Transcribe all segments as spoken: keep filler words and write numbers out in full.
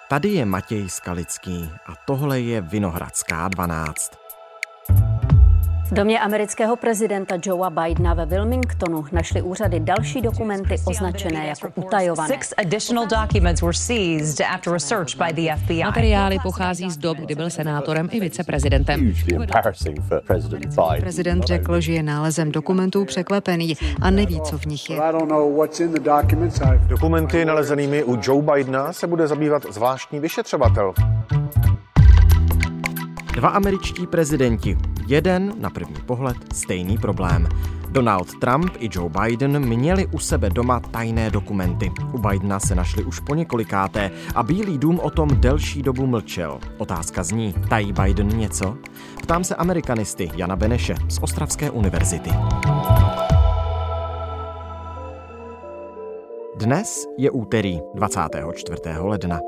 Tady je Matěj Skalický a tohle je Vinohradská dvanáct. V domě amerického prezidenta Joea Bidena ve Wilmingtonu našly úřady další dokumenty označené jako utajované. Materiály pochází z dob, kdy byl senátorem i viceprezidentem. Prezident řekl, že je nálezem dokumentů překvapený a neví, co v nich je. Dokumenty nalezenými u Joe Bidena se bude zabývat zvláštní vyšetřovatel. Dva američtí prezidenti, jeden na první pohled stejný problém. Donald Trump i Joe Biden měli u sebe doma tajné dokumenty. U Bidena se našli už poněkolikáté a Bílý dům o tom delší dobu mlčel. Otázka zní, tají Biden něco? Ptám se amerikanisty Jana Beneše z Ostravské univerzity. Dnes je úterý dvacátého čtvrtého ledna.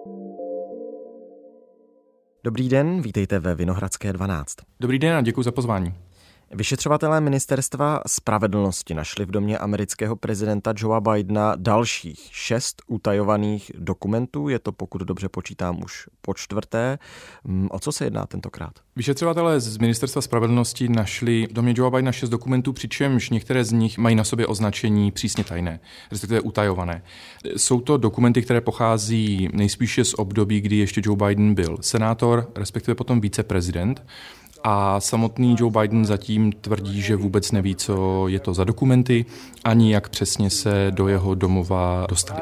Dobrý den, vítejte ve Vinohradské dvanáct. Dobrý den a děkuji za pozvání. Vyšetřovatelé ministerstva spravedlnosti našli v domě amerického prezidenta Joea Bidena dalších šest utajovaných dokumentů. Je to, pokud dobře počítám, už po čtvrté. O co se jedná tentokrát? Vyšetřovatelé z ministerstva spravedlnosti našli v domě Joea Bidena šest dokumentů, přičemž některé z nich mají na sobě označení přísně tajné, respektive utajované. Jsou to dokumenty, které pochází nejspíše z období, kdy ještě Joe Biden byl senátor, respektive potom viceprezident. A samotný Joe Biden zatím tvrdí, že vůbec neví, co je to za dokumenty, ani jak přesně se do jeho domova dostali.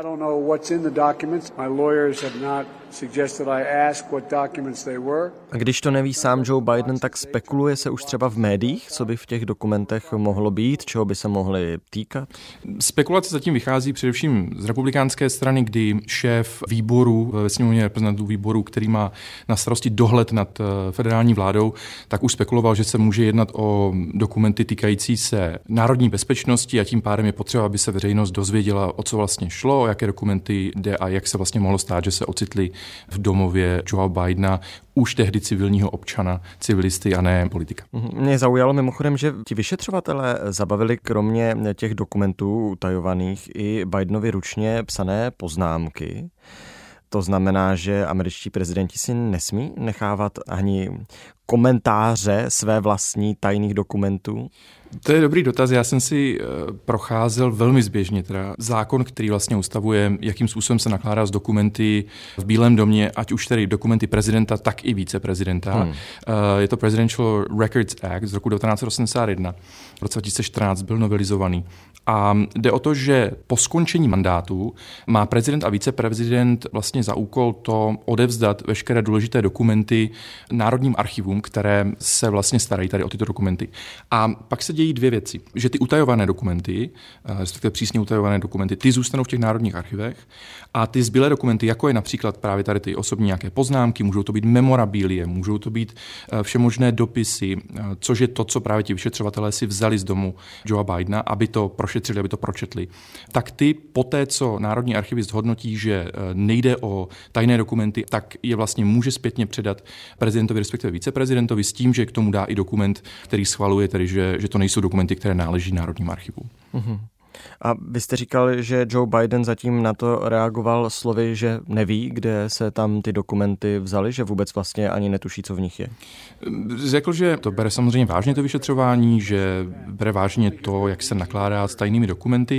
A když to neví sám Joe Biden, tak spekuluje se už třeba v médiích, co by v těch dokumentech mohlo být, čeho by se mohly týkat? Spekulace zatím vychází především z republikánské strany, kdy šéf výboru, ve sněmovně reprezentantů výboru, který má na starosti dohled nad federální vládou, tak už spekuloval, že se může jednat o dokumenty týkající se národní bezpečnosti a tím pádem je potřeba, aby se veřejnost dozvěděla, o co vlastně šlo, o jaké dokumenty jde a jak se vlastně mohlo stát, že se ocitli v domově Joea Bidena, už tehdy civilního občana, civilisty a ne politika. Mě zaujalo mimochodem, že ti vyšetřovatelé zabavili kromě těch dokumentů utajovaných i Bidenovi ručně psané poznámky. To znamená, že američtí prezidenti si nesmí nechávat ani komentáře své vlastní tajných dokumentů? To je dobrý dotaz. Já jsem si procházel velmi zběžně teda zákon, který vlastně ustavuje, jakým způsobem se nakládá s dokumenty v Bílém domě, ať už tedy dokumenty prezidenta, tak i viceprezidenta. Hmm. Je to Presidential Records Act z roku devatenáct set osmdesát jedna. V roce dva tisíce čtrnáct byl novelizovaný. A jde o to, že po skončení mandátu má prezident a viceprezident vlastně za úkol to odevzdat veškeré důležité dokumenty národním archivům, které se vlastně starají tady o tyto dokumenty. A pak se dějí dvě věci. Že ty utajované dokumenty, respektive přísně utajované dokumenty, ty zůstanou v těch národních archivech a ty zbylé dokumenty, jako je například právě tady ty osobní nějaké poznámky, můžou to být memorabilie, můžou to být všemožné dopisy, což je to, co právě ti vyšetřovatelé si vzali z domu Joea Bidena, aby to prošetřili, aby to pročetli. Tak ty poté, co národní archivy zhodnotí, že nejde o tajné dokumenty, tak je vlastně může zpětně předat prezidentovi, respektive viceprezidentovi s tím, že k tomu dá i dokument, který schvaluje, tedy že, že to nejsou dokumenty, které náleží národním archivům. Mm-hmm. A vy jste říkal, že Joe Biden zatím na to reagoval slovy, že neví, kde se tam ty dokumenty vzaly, že vůbec vlastně ani netuší, co v nich je. Řekl, že to bere samozřejmě vážně to vyšetřování, že bere vážně to, jak se nakládá s tajnými dokumenty.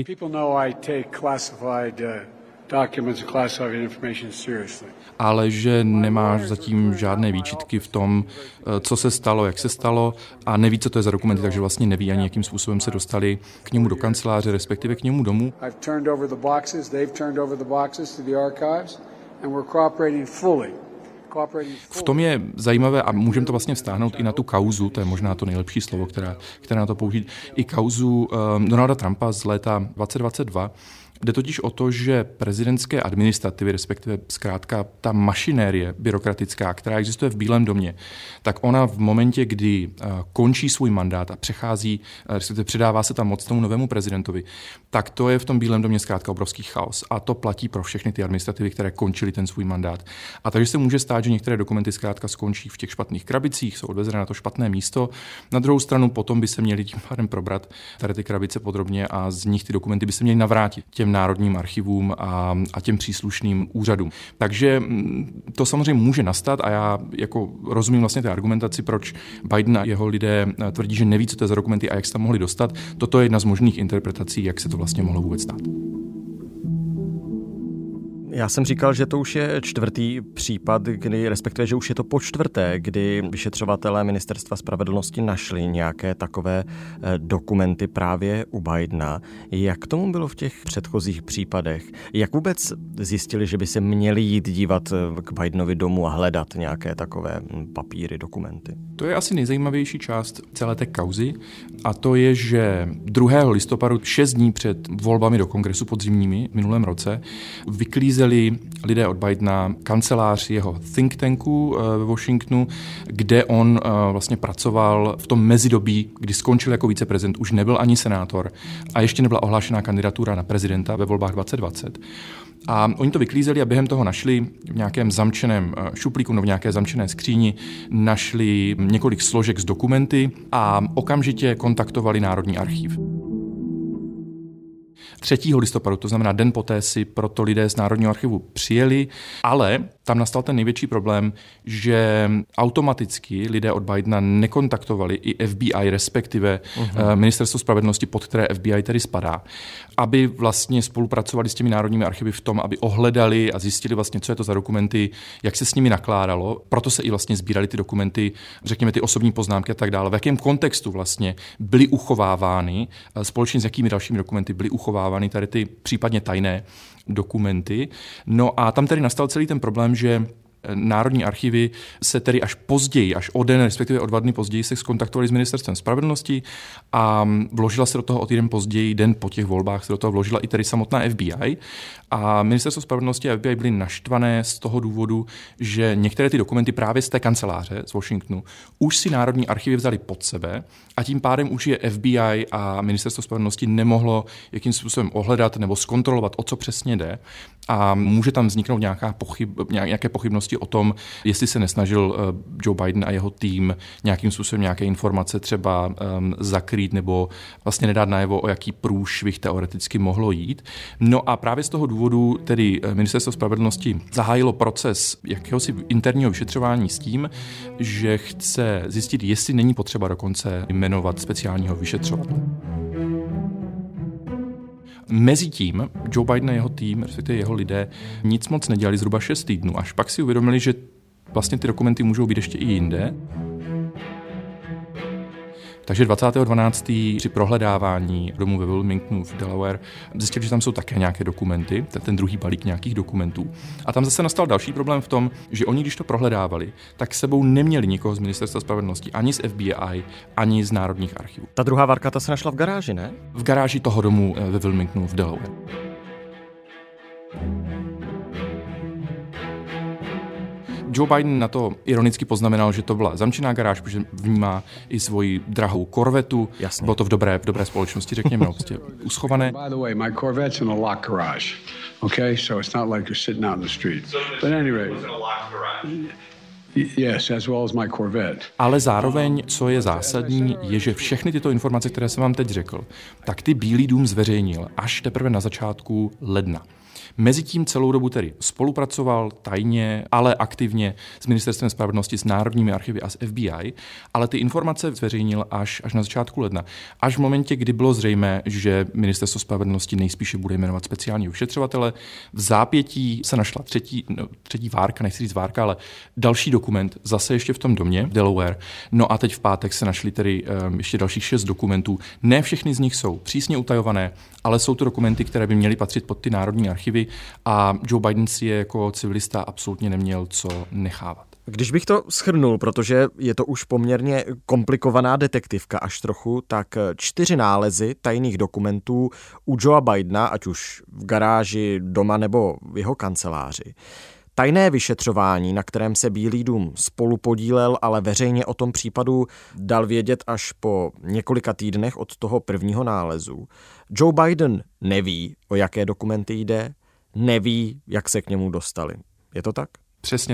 Ale že nemáš zatím žádné výčitky v tom, co se stalo, jak se stalo a neví, co to je za dokumenty, takže vlastně neví ani, jakým způsobem se dostali k němu do kanceláře, respektive k němu domů. V tom je zajímavé a můžeme to vlastně vztáhnout i na tu kauzu, to je možná to nejlepší slovo, která, která na to použít, i kauzu um, Donalda Trumpa z léta dvacet dvacet dva. Jde totiž o to, že prezidentské administrativy, respektive zkrátka ta mašinérie byrokratická, která existuje v Bílém domě, tak ona v momentě, kdy končí svůj mandát a přechází, respektive předává se tam moc tomu novému prezidentovi, tak to je v tom Bílém domě zkrátka obrovský chaos. A to platí pro všechny ty administrativy, které končily ten svůj mandát. A takže se může stát, že některé dokumenty zkrátka skončí v těch špatných krabicích, jsou odvezené na to špatné místo. Na druhou stranu potom by se měly tím pádem probrat tady ty krabice podrobně a z nich ty dokumenty by se měly navrátit těm těm národním archivům a, a těm příslušným úřadům. Takže to samozřejmě může nastat a já jako rozumím vlastně té argumentaci, proč Biden a jeho lidé tvrdí, že neví, co to je za dokumenty a jak se tam mohli dostat. Toto je jedna z možných interpretací, jak se to vlastně mohlo vůbec stát. Já jsem říkal, že to už je čtvrtý případ, kdy, respektive, že už je to po čtvrté, kdy vyšetřovatelé Ministerstva spravedlnosti našli nějaké takové dokumenty právě u Bidena. Jak tomu bylo v těch předchozích případech? Jak vůbec zjistili, že by se měli jít dívat k Bidenovi domů a hledat nějaké takové papíry, dokumenty? To je asi nejzajímavější část celé té kauzy a to je, že druhého listopadu, šest dní před volbami do kongresu podzimními v minulém roce, vyklízeli lidé od Bidena kancelář jeho think tanku ve Washingtonu, kde on vlastně pracoval v tom mezidobí, kdy skončil jako viceprezident, už nebyl ani senátor a ještě nebyla ohlášená kandidatura na prezidenta ve volbách dvacet dvacet. A oni to vyklízeli a během toho našli v nějakém zamčeném šuplíku nebo v nějaké zamčené skříni, našli několik složek s dokumenty a okamžitě kontaktovali Národní archiv. třetího listopadu, to znamená den poté, si proto lidé z Národního archivu přijeli, ale tam nastal ten největší problém, že automaticky lidé od Bidena nekontaktovali i F B I, respektive uh-huh. Ministerstvo spravedlnosti, pod které F B I tedy spadá, aby vlastně spolupracovali s těmi národními archivy v tom, aby ohledali a zjistili vlastně, co je to za dokumenty, jak se s nimi nakládalo. Proto se i vlastně sbírali ty dokumenty, řekněme ty osobní poznámky a tak dále. V jakém kontextu vlastně byly uchovávány, společně s jakými dalšími dokumenty byly uchovávány tady ty případně tajné dokumenty. No a tam tedy nastal celý ten problém, že Národní archivy se tedy až později, až o den, respektive o dva dny později se skontaktovali s Ministerstvem spravedlnosti a vložila se do toho o týden později, den po těch volbách se do toho vložila i tedy samotná F B I. A Ministerstvo spravedlnosti a F B I byly naštvané z toho důvodu, že některé ty dokumenty právě z té kanceláře z Washingtonu už si Národní archivy vzali pod sebe a tím pádem už je F B I a Ministerstvo spravedlnosti nemohlo jakým způsobem ohledat nebo zkontrolovat, o co přesně jde. A může tam vzniknout nějaká pochyb, nějaké pochybnosti o tom, jestli se nesnažil Joe Biden a jeho tým nějakým způsobem nějaké informace třeba um, zakrýt nebo vlastně nedát najevo, o jaký průšvih teoreticky mohlo jít. No a právě z toho důvodu tedy Ministerstvo spravedlnosti zahájilo proces jakéhosi interního vyšetřování s tím, že chce zjistit, jestli není potřeba dokonce jmenovat speciálního vyšetřovatele. Mezitím Joe Biden a jeho tým, respektive jeho lidé, nic moc nedělali zhruba šest týdnů, až pak si uvědomili, že vlastně ty dokumenty můžou být ještě i jinde. Takže dvacátého dvanáctého při prohledávání domu ve Wilmingtonu v Delaware zjistili, že tam jsou také nějaké dokumenty, ten druhý balík nějakých dokumentů. A tam zase nastal další problém v tom, že oni, když to prohledávali, tak s sebou neměli nikoho z Ministerstva spravedlnosti, ani z F B I, ani z Národních archivů. Ta druhá varka, ta se našla v garáži, ne? V garáži toho domu ve Wilmingtonu v Delaware. Joe Biden na to ironicky poznamenal, že to byla zamčená garáž, protože v ní má i svoji drahou korvetu. Jasně. Bylo to v dobré, v dobré společnosti, řekněme, no, prostě uschované. By the way, my Corvette's in a locked garage. Okay, so it's not like you're sitting out in the street. But anyway, yes, as well as my Corvette. Ale zároveň, co je zásadní, je, že všechny tyto informace, které jsem vám teď řekl, tak ty Bílý dům zveřejnil až teprve na začátku ledna. Mezitím celou dobu tedy spolupracoval tajně, ale aktivně s Ministerstvem spravedlnosti, s Národními archivy a s F B I, ale ty informace zveřejnil až, až na začátku ledna. Až v momentě, kdy bylo zřejmé, že Ministerstvo spravedlnosti nejspíše bude jmenovat speciálního vyšetřovatele, v zápětí se našla třetí, no, třetí várka, nechci říct várka, ale další dokument, zase ještě v tom domě v Delaware. No a teď v pátek se našli tedy um, ještě dalších šest dokumentů. Ne všechny z nich jsou přísně utajované, ale jsou to dokumenty, které by měly patřit pod ty Národní archivy a Joe Biden si je jako civilista absolutně neměl co nechávat. Když bych to shrnul, protože je to už poměrně komplikovaná detektivka až trochu, tak čtyři nálezy tajných dokumentů u Joea Bidena, ať už v garáži, doma nebo v jeho kanceláři. Tajné vyšetřování, na kterém se Bílý dům spolupodílel, ale veřejně o tom případu dal vědět až po několika týdnech od toho prvního nálezu. Joe Biden neví, o jaké dokumenty jde, neví, jak se k němu dostali. Je to tak? Přesně tak.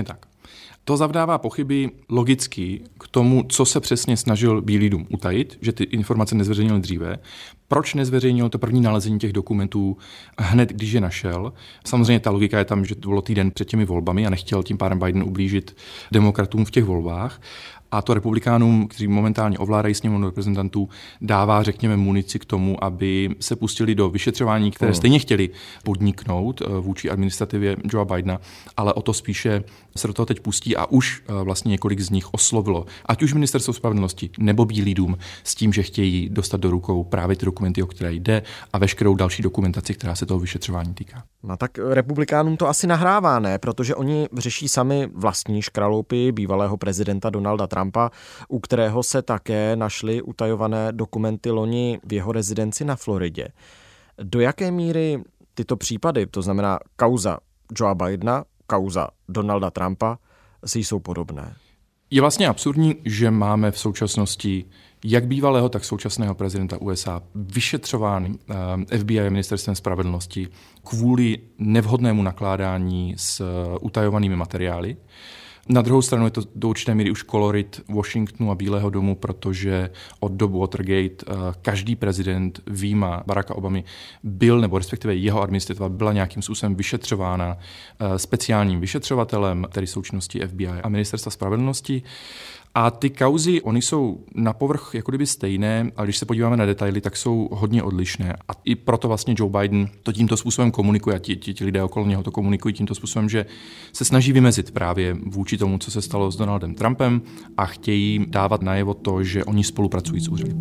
To zavdává pochyby logicky k tomu, co se přesně snažil Bílý dům utajit, že ty informace nezveřejnil dříve. Proč nezveřejnil to první nalezení těch dokumentů hned, když je našel? Samozřejmě ta logika je tam, že to bylo týden před těmi volbami a nechtěl tím pádem Biden ublížit demokratům v těch volbách. A to republikánům, kteří momentálně ovládají sněmovnu reprezentantů, dává, řekněme, munici k tomu, aby se pustili do vyšetřování, které hmm. stejně chtěli podniknout vůči administrativě Joea Bidena, ale o to spíše se do toho teď pustí a už vlastně několik z nich oslovilo, ať už Ministerstvo spravedlnosti nebo Bílý dům, s tím, že chtějí dostat do rukou právě ty dokumenty, o které jde, a veškerou další dokumentaci, která se toho vyšetřování týká. No tak republikánům to asi nahrává, ne? Protože oni řeší sami vlastní škraloupy bývalého prezidenta Donalda Trumpa, u kterého se také našly utajované dokumenty loni v jeho rezidenci na Floridě. Do jaké míry tyto případy, to znamená kauza Joea Bidena, kauza Donalda Trumpa, si jsou podobné? Je vlastně absurdní, že máme v současnosti jak bývalého, tak současného prezidenta U S A vyšetřován F B I a ministerstvem spravedlnosti kvůli nevhodnému nakládání s utajovanými materiály. Na druhou stranu je to do určité míry už kolorit Washingtonu a Bílého domu, protože od dobu Watergate každý prezident vyjma Baracka Obamy byl, nebo respektive jeho administrativa byla nějakým způsobem vyšetřována speciálním vyšetřovatelem, tedy součinností F B I a ministerstva spravedlnosti. A ty kauzy, oni jsou na povrch jako kdyby stejné, ale když se podíváme na detaily, tak jsou hodně odlišné. A i proto vlastně Joe Biden to tímto způsobem komunikuje a ti, ti, ti lidé okolo něho to komunikují tímto způsobem, že se snaží vymezit právě vůči tomu, co se stalo s Donaldem Trumpem, a chtějí dávat najevo to, že oni spolupracují s úřady.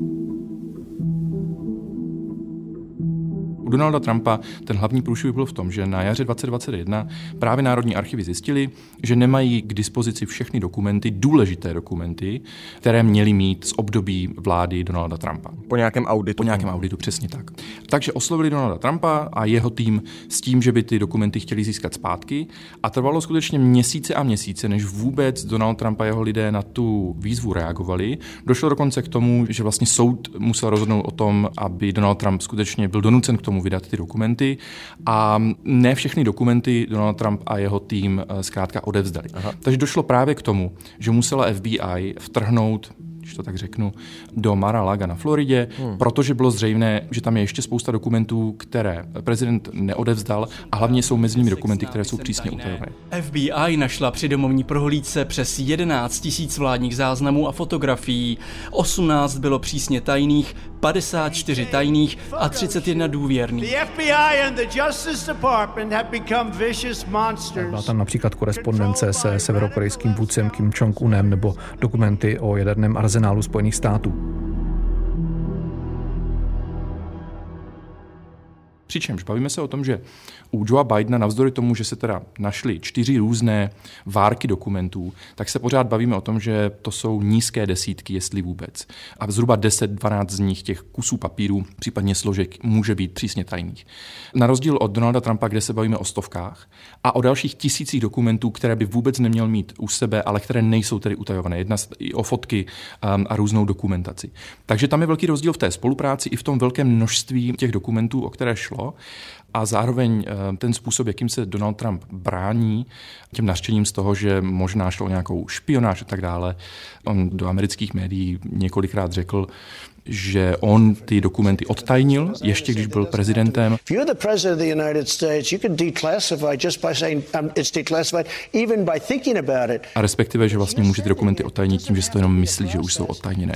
U Donalda Trumpa ten hlavní průšvih byl v tom, že na jaře dvacet dvacet jedna právě národní archivy zjistili, že nemají k dispozici všechny dokumenty, důležité dokumenty, které měly mít z období vlády Donalda Trumpa. Po nějakém auditu. Po nějakém auditu, přesně tak. Takže oslovili Donalda Trumpa a jeho tým s tím, že by ty dokumenty chtěli získat zpátky, a trvalo skutečně měsíce a měsíce, než vůbec Donald Trump a jeho lidé na tu výzvu reagovali. Došlo dokonce k tomu, že vlastně soud musel rozhodnout o tom, aby Donald Trump skutečně byl donucen k tomu vydat ty dokumenty, a ne všechny dokumenty Donald Trump a jeho tým zkrátka odevzdali. Aha. Takže došlo právě k tomu, že musela F B I vtrhnout, když to tak řeknu, do Mar-a-Laga na Floridě, hmm. protože bylo zřejmé, že tam je ještě spousta dokumentů, které prezident neodevzdal, a hlavně jsou mezi nimi dokumenty, které jsou přísně utajované. F B I našla při domovní prohlídce přes jedenáct tisíc vládních záznamů a fotografií. osmnáct bylo přísně tajných, padesát čtyři tajných a třicet jedna důvěrných. Byla tam například korespondence se severokorejským vůdcem Kim Jong-unem nebo dokumenty o jaderném arzenálu Spojených států. Přičemž bavíme se o tom, že u Joea Bidena navzdory tomu, že se teda našly čtyři různé várky dokumentů, tak se pořád bavíme o tom, že to jsou nízké desítky, jestli vůbec. A zhruba deset dvanáct z nich, těch kusů papíru, případně složek, může být přísně tajných. Na rozdíl od Donalda Trumpa, kde se bavíme o stovkách, a o dalších tisících dokumentů, které by vůbec neměl mít u sebe, ale které nejsou tedy utajované. Jedná se i o fotky um, a různou dokumentaci. Takže tam je velký rozdíl v té spolupráci i v tom velkém množství těch dokumentů, o které šlo. A zároveň ten způsob, jakým se Donald Trump brání těm nařčením z toho, že možná šlo o nějakou špionáž a tak dále. On do amerických médií několikrát řekl, že on ty dokumenty odtajnil, ještě když byl prezidentem. A respektive, že vlastně může ty dokumenty odtajnit tím, že si to jenom myslí, že už jsou odtajněné.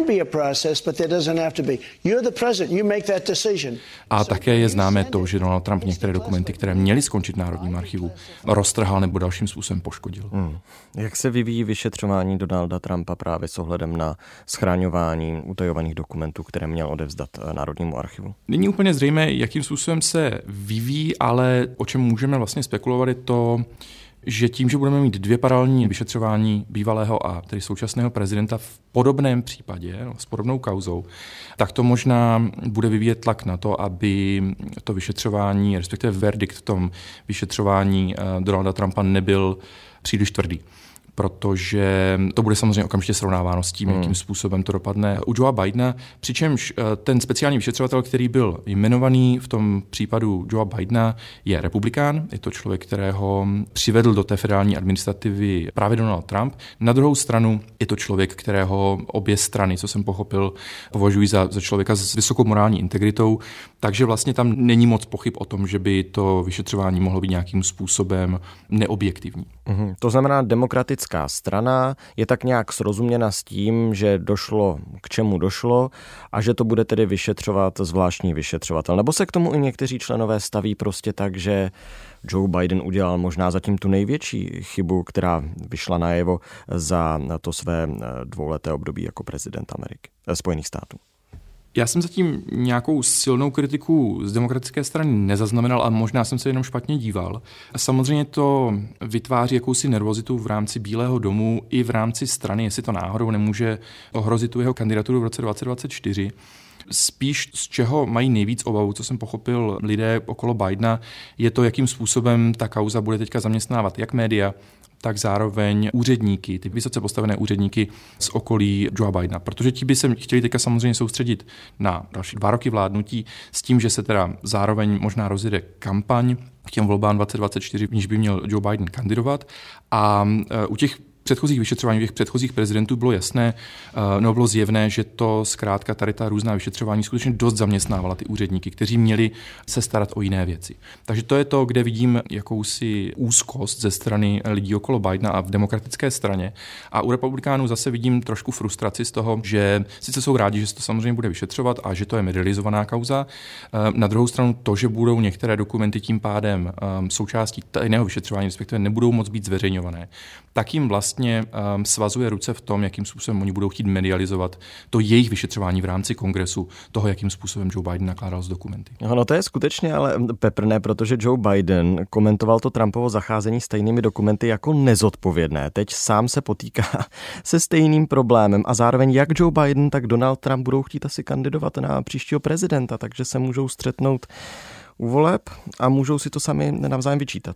A také je známé to, že Donald Trump některé dokumenty, které měly skončit v Národním archivu, roztrhal nebo dalším způsobem poškodil. Hmm. Jak se vyvíjí vyšetřování Donalda Trumpa právě s ohledem na schráňování utajovaných dokumentů, které měl odevzdat Národnímu archivu? Není úplně zřejmé, jakým způsobem se vyvíjí, ale o čem můžeme vlastně spekulovat je to, že tím, že budeme mít dvě paralelní vyšetřování bývalého a tedy současného prezidenta v podobném případě, no, s podobnou kauzou, tak to možná bude vyvíjet tlak na to, aby to vyšetřování, respektive verdikt v tom vyšetřování Donalda Trumpa nebyl příliš tvrdý. protože to bude samozřejmě okamžitě srovnáváno s tím, hmm. jakým způsobem to dopadne u Joea Bidena, přičemž ten speciální vyšetřovatel, který byl jmenovaný v tom případu Joea Bidena, je republikán, je to člověk, kterého přivedl do té federální administrativy právě Donald Trump. Na druhou stranu je to člověk, kterého obě strany, co jsem pochopil, považují za, za člověka s vysokou morální integritou, takže vlastně tam není moc pochyb o tom, že by to vyšetřování mohlo být nějakým způsobem neobjektivní. Mhm. To znamená, demokratická strana je tak nějak srozuměna s tím, že došlo k čemu došlo a že to bude tedy vyšetřovat zvláštní vyšetřovatel. Nebo se k tomu i někteří členové staví prostě tak, že Joe Biden udělal možná zatím tu největší chybu, která vyšla najevo za to své dvouleté období jako prezident Ameriky, Spojených států. Já jsem zatím nějakou silnou kritiku z demokratické strany nezaznamenal a možná jsem se jenom špatně díval. Samozřejmě to vytváří jakousi nervozitu v rámci Bílého domu i v rámci strany, jestli to náhodou nemůže ohrozit tu jeho kandidaturu v roce dvacet dvacet čtyři. Spíš z čeho mají nejvíc obavu, co jsem pochopil lidé okolo Bidena, je to, jakým způsobem ta kauza bude teďka zaměstnávat jak média, tak zároveň úředníky, ty vysoce postavené úředníky z okolí Joea Bidena. Protože ti by se chtěli teďka samozřejmě soustředit na další dva roky vládnutí s tím, že se teda zároveň možná rozjede kampaň k těm volbám dvacet dvacet čtyři, v níž by měl Joe Biden kandidovat. A u těch předchozích vyšetřování těch předchozích prezidentů bylo jasné, nebo bylo zjevné, že to zkrátka tady ta různá vyšetřování skutečně dost zaměstnávala ty úředníky, kteří měli se starat o jiné věci. Takže to je to, kde vidím jakousi úzkost ze strany lidí okolo Bidena a v demokratické straně. A u republikánů zase vidím trošku frustraci z toho, že sice jsou rádi, že se to samozřejmě bude vyšetřovat a že to je medializovaná kauza. Na druhou stranu to, že budou některé dokumenty tím pádem součástí tajného vyšetřování, respektive nebudou moc být zveřejňované, tak jim vlastně vlastně um, svazuje ruce v tom, jakým způsobem oni budou chtít medializovat to jejich vyšetřování v rámci kongresu, toho, jakým způsobem Joe Biden nakládal s dokumenty. No to je skutečně ale peprné, protože Joe Biden komentoval to Trumpovo zacházení s tajnými dokumenty jako nezodpovědné. Teď sám se potýká se stejným problémem a zároveň jak Joe Biden, tak Donald Trump budou chtít asi kandidovat na příštího prezidenta, takže se můžou střetnout u voleb a můžou si to sami navzájem vyčítat.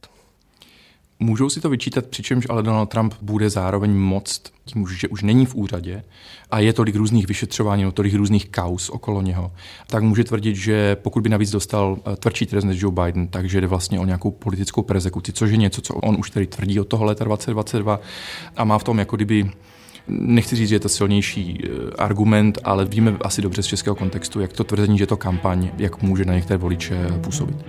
Můžou si to vyčítat, přičemž ale Donald Trump bude zároveň moct, tím už, že už není v úřadě a je tolik různých vyšetřování, no, tolik různých kauz okolo něho, tak může tvrdit, že pokud by navíc dostal tvrdší trest než Joe Biden, takže jde vlastně o nějakou politickou perzekuci, což je něco, co on už tady tvrdí od toho léta dvacet dvacet dva a má v tom jako kdyby, nechci říct, že je to silnější argument, ale víme asi dobře z českého kontextu, jak to tvrzení, že je to kampaň, jak může na některé voliče působit.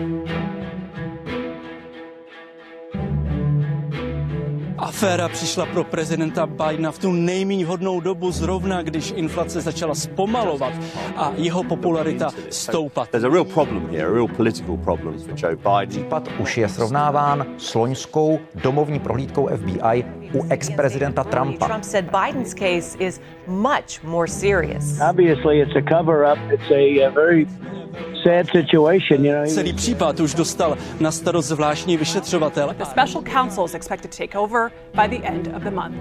Aféra přišla pro prezidenta Bidena v tu nejméně vhodnou dobu, zrovna když inflace začala zpomalovat a jeho popularita stoupat. There's a real problem here, a real political problem for Joe Biden. Případ už je srovnáván s loňskou domovní prohlídkou F B I u ex-prezidenta Trumpa. Trump said Biden's case is much more serious. Obviously it's a cover up. It's a very sad situation, you know. Celý případ už dostal na starost zvláštní vyšetřovatel. The special counsel is expected to take over by the end of the month.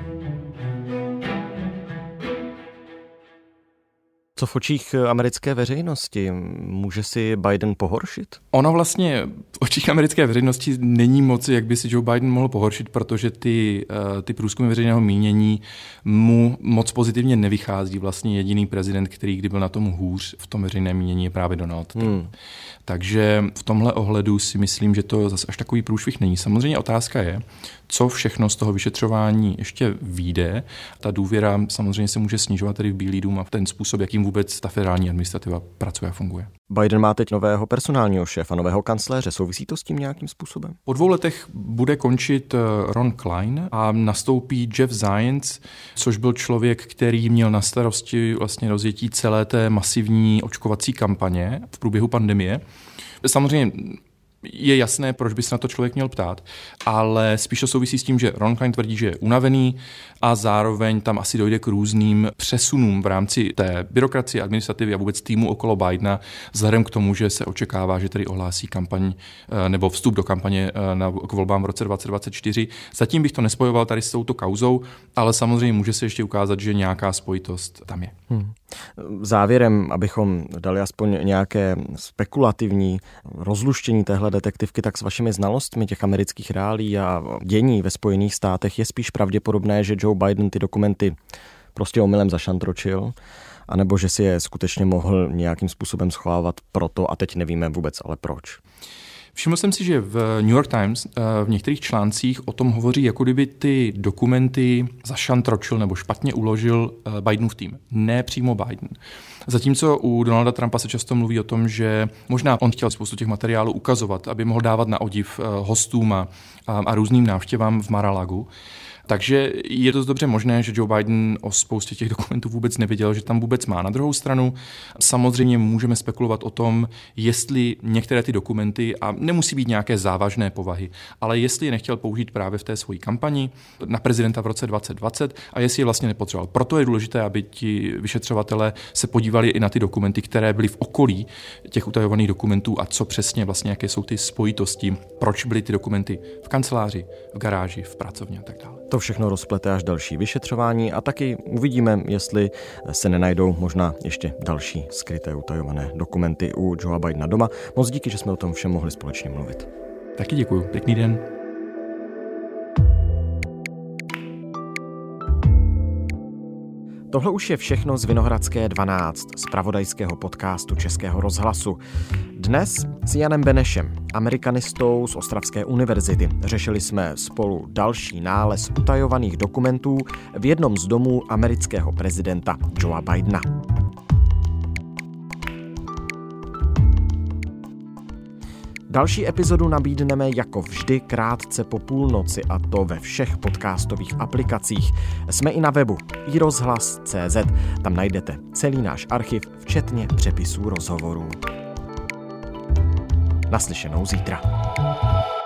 Co v očích americké veřejnosti? Může si Biden pohoršit? Ono vlastně v očích americké veřejnosti není moc, jak by si Joe Biden mohl pohoršit, protože ty, ty průzkumy veřejného mínění mu moc pozitivně nevychází. Vlastně jediný prezident, který kdy byl na tom hůř v tom veřejném mínění, je právě Donald Trump. Hmm. Takže v tomhle ohledu si myslím, že to zase až takový průšvih není. Samozřejmě otázka je, co všechno z toho vyšetřování ještě vyjde. Ta důvěra samozřejmě se může snižovat tady v Bílý dům a v ten způsob, jakým vůbec ta federální administrativa pracuje a funguje. Biden má teď nového personálního šéfa, nového kancléře. Souvisí to s tím nějakým způsobem? Po dvou letech bude končit Ron Klein a nastoupí Jeff Zients, což byl člověk, který měl na starosti vlastně rozjetí celé té masivní očkovací kampaně v průběhu pandemie. Samozřejmě je jasné, proč by se na to člověk měl ptát, ale spíš to souvisí s tím, že Ron Klein tvrdí, že je unavený a zároveň tam asi dojde k různým přesunům v rámci té byrokracie, administrativy a vůbec týmu okolo Bidena, vzhledem k tomu, že se očekává, že tady ohlásí kampaň nebo vstup do kampaně na, k volbám v roce dvacet dvacet čtyři. Zatím bych to nespojoval tady s touto kauzou, ale samozřejmě může se ještě ukázat, že nějaká spojitost tam je. Hmm. Závěrem, abychom dali aspoň nějaké spekulativní rozluštění téhle detektivky, tak s vašimi znalostmi těch amerických reálí a dění ve Spojených státech je spíš pravděpodobné, že Joe Biden ty dokumenty prostě omylem zašantročil, anebo že si je skutečně mohl nějakým způsobem schovávat proto, a teď nevíme vůbec ale proč. Všiml jsem si, že v New York Times v některých článcích o tom hovoří, jako kdyby ty dokumenty zašantročil nebo špatně uložil Bidenův tým, ne přímo Biden. Zatímco u Donalda Trumpa se často mluví o tom, že možná on chtěl spoustu těch materiálů ukazovat, aby mohl dávat na odiv hostům a, a různým návštěvám v Mar-a-Lagu. Takže je to dobře možné, že Joe Biden o spoustě těch dokumentů vůbec nevěděl, že tam vůbec má. Na druhou stranu samozřejmě můžeme spekulovat o tom, jestli některé ty dokumenty, a nemusí být nějaké závažné povahy, ale jestli je nechtěl použít právě v té své kampani na prezidenta v roce dvacet dvacet a jestli je vlastně nepotřeboval. Proto je důležité, aby ti vyšetřovatelé se podívali i na ty dokumenty, které byly v okolí těch utajovaných dokumentů a co přesně vlastně, jaké jsou ty spojitosti, proč byly ty dokumenty v kanceláři, v garáži, v pracovně a tak dále. To všechno rozplete až další vyšetřování a taky uvidíme, jestli se nenajdou možná ještě další skryté utajované dokumenty u Joea Bidena doma. Moc díky, že jsme o tom všem mohli společně mluvit. Taky děkuju. Pěkný den. Tohle už je všechno z Vinohradské dvanáct, z zpravodajského podcastu Českého rozhlasu. Dnes s Janem Benešem, amerikanistou z Ostravské univerzity. Řešili jsme spolu další nález utajovaných dokumentů v jednom z domů amerického prezidenta Joea Bidena. Další epizodu nabídneme jako vždy krátce po půlnoci, a to ve všech podcastových aplikacích. Jsme i na webu i rozhlas tečka cé zet. Tam najdete celý náš archiv, včetně přepisů rozhovorů. Naslyšenou zítra.